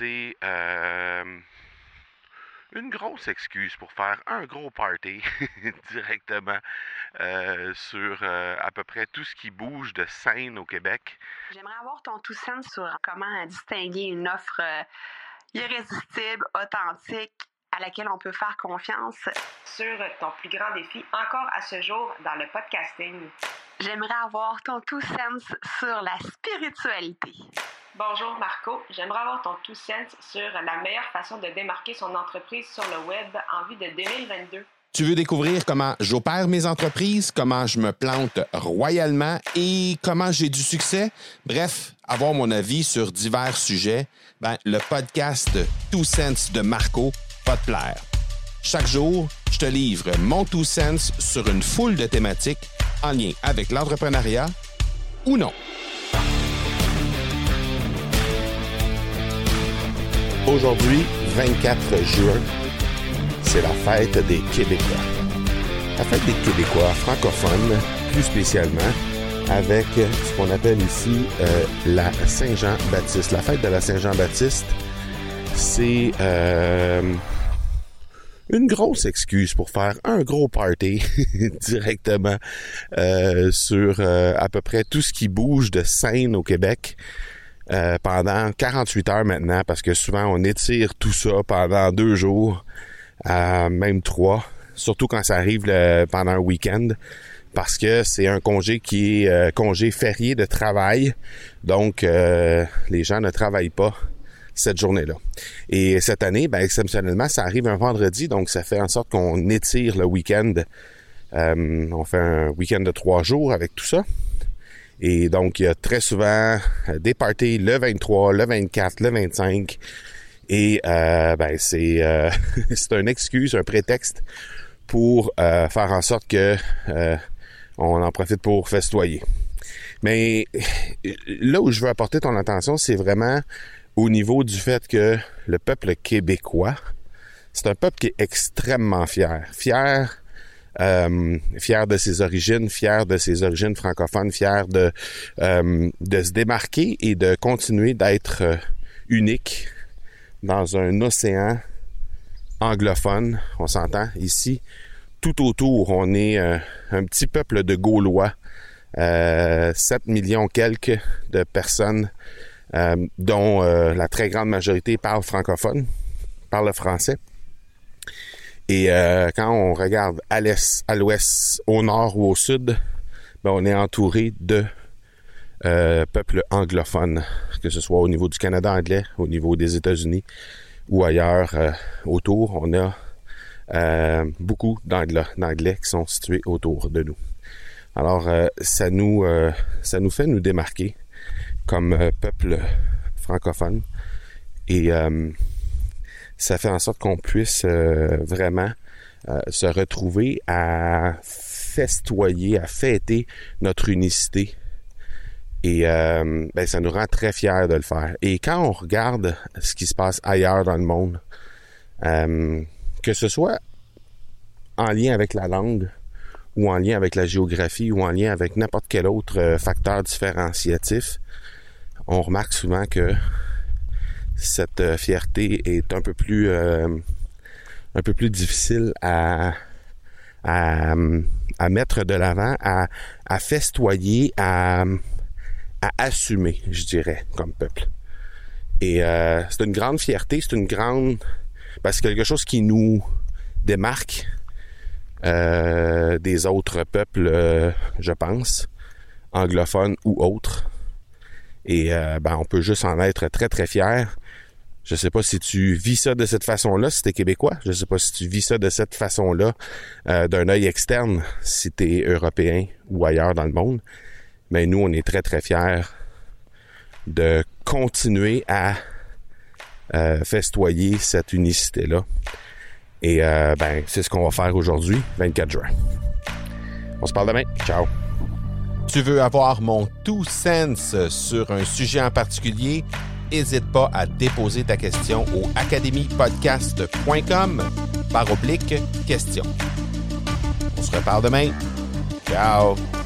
c'est une grosse excuse pour faire un gros party directement sur à peu près tout ce qui bouge de scène au Québec. J'aimerais avoir ton tout sens sur comment distinguer une offre irrésistible, authentique, à laquelle on peut faire confiance. Sur ton plus grand défi encore à ce jour dans le podcasting. J'aimerais avoir ton tout sens sur la spiritualité. Bonjour Marco, j'aimerais avoir ton tout sens sur la meilleure façon de démarquer son entreprise sur le web en vue de 2022. Tu veux découvrir comment j'opère mes entreprises, comment je me plante royalement et comment j'ai du succès? Bref, avoir mon avis sur divers sujets, le podcast Two Cents de Marco va te plaire. Chaque jour, je te livre mon Two Cents sur une foule de thématiques en lien avec l'entrepreneuriat ou non. Aujourd'hui, 24 juin, c'est la fête des Québécois. La fête des Québécois francophones, plus spécialement, avec ce qu'on appelle ici la Saint-Jean-Baptiste. La fête de la Saint-Jean-Baptiste, c'est une grosse excuse pour faire un gros party directement sur à peu près tout ce qui bouge de scène au Québec. Pendant 48 heures maintenant, parce que souvent on étire tout ça pendant 2 jours, même 3, surtout quand ça arrive pendant un week-end, parce que c'est un congé qui est congé férié de travail, donc les gens ne travaillent pas cette journée-là. Et cette année, exceptionnellement, ça arrive un vendredi, donc ça fait en sorte qu'on étire le week-end. On fait un week-end de 3 jours avec tout ça. Et donc, il y a très souvent des parties le 23, le 24, le 25. Et c'est une excuse, un prétexte pour faire en sorte que on en profite pour festoyer. Mais là où je veux apporter ton attention, c'est vraiment au niveau du fait que le peuple québécois, c'est un peuple qui est extrêmement fier. Fier de ses origines francophones, fier de se démarquer et de continuer d'être unique dans un océan anglophone. On s'entend ici. Tout autour, on est un petit peuple de Gaulois, 7 millions quelques de personnes, dont la très grande majorité parle francophone, parle le français. Et quand on regarde à l'est, à l'ouest, au nord ou au sud, on est entouré de peuples anglophones, que ce soit au niveau du Canada anglais, au niveau des États-Unis ou ailleurs autour. On a beaucoup d'anglais qui sont situés autour de nous. Alors, ça nous fait nous démarquer comme peuple francophone et ça fait en sorte qu'on puisse vraiment se retrouver à festoyer, à fêter notre unicité. Et ça nous rend très fiers de le faire. Et quand on regarde ce qui se passe ailleurs dans le monde, que ce soit en lien avec la langue, ou en lien avec la géographie, ou en lien avec n'importe quel autre facteur différenciatif, on remarque souvent que cette fierté est un peu plus difficile à mettre de l'avant, à festoyer, à assumer, je dirais, comme peuple. Et c'est une grande fierté, c'est quelque chose qui nous démarque des autres peuples, je pense, anglophones ou autres. Et on peut juste en être très, très fier. Je sais pas si tu vis ça de cette façon-là, si t'es québécois. Je sais pas si tu vis ça de cette façon-là, d'un œil externe, si t'es européen ou ailleurs dans le monde. Mais nous, on est très, très fiers de continuer à festoyer cette unicité-là. Et c'est ce qu'on va faire aujourd'hui, 24 juin. On se parle demain. Ciao! Tu veux avoir mon two cents sur un sujet en particulier? N'hésite pas à déposer ta question au academypodcast.com/question. On se reparle demain. Ciao!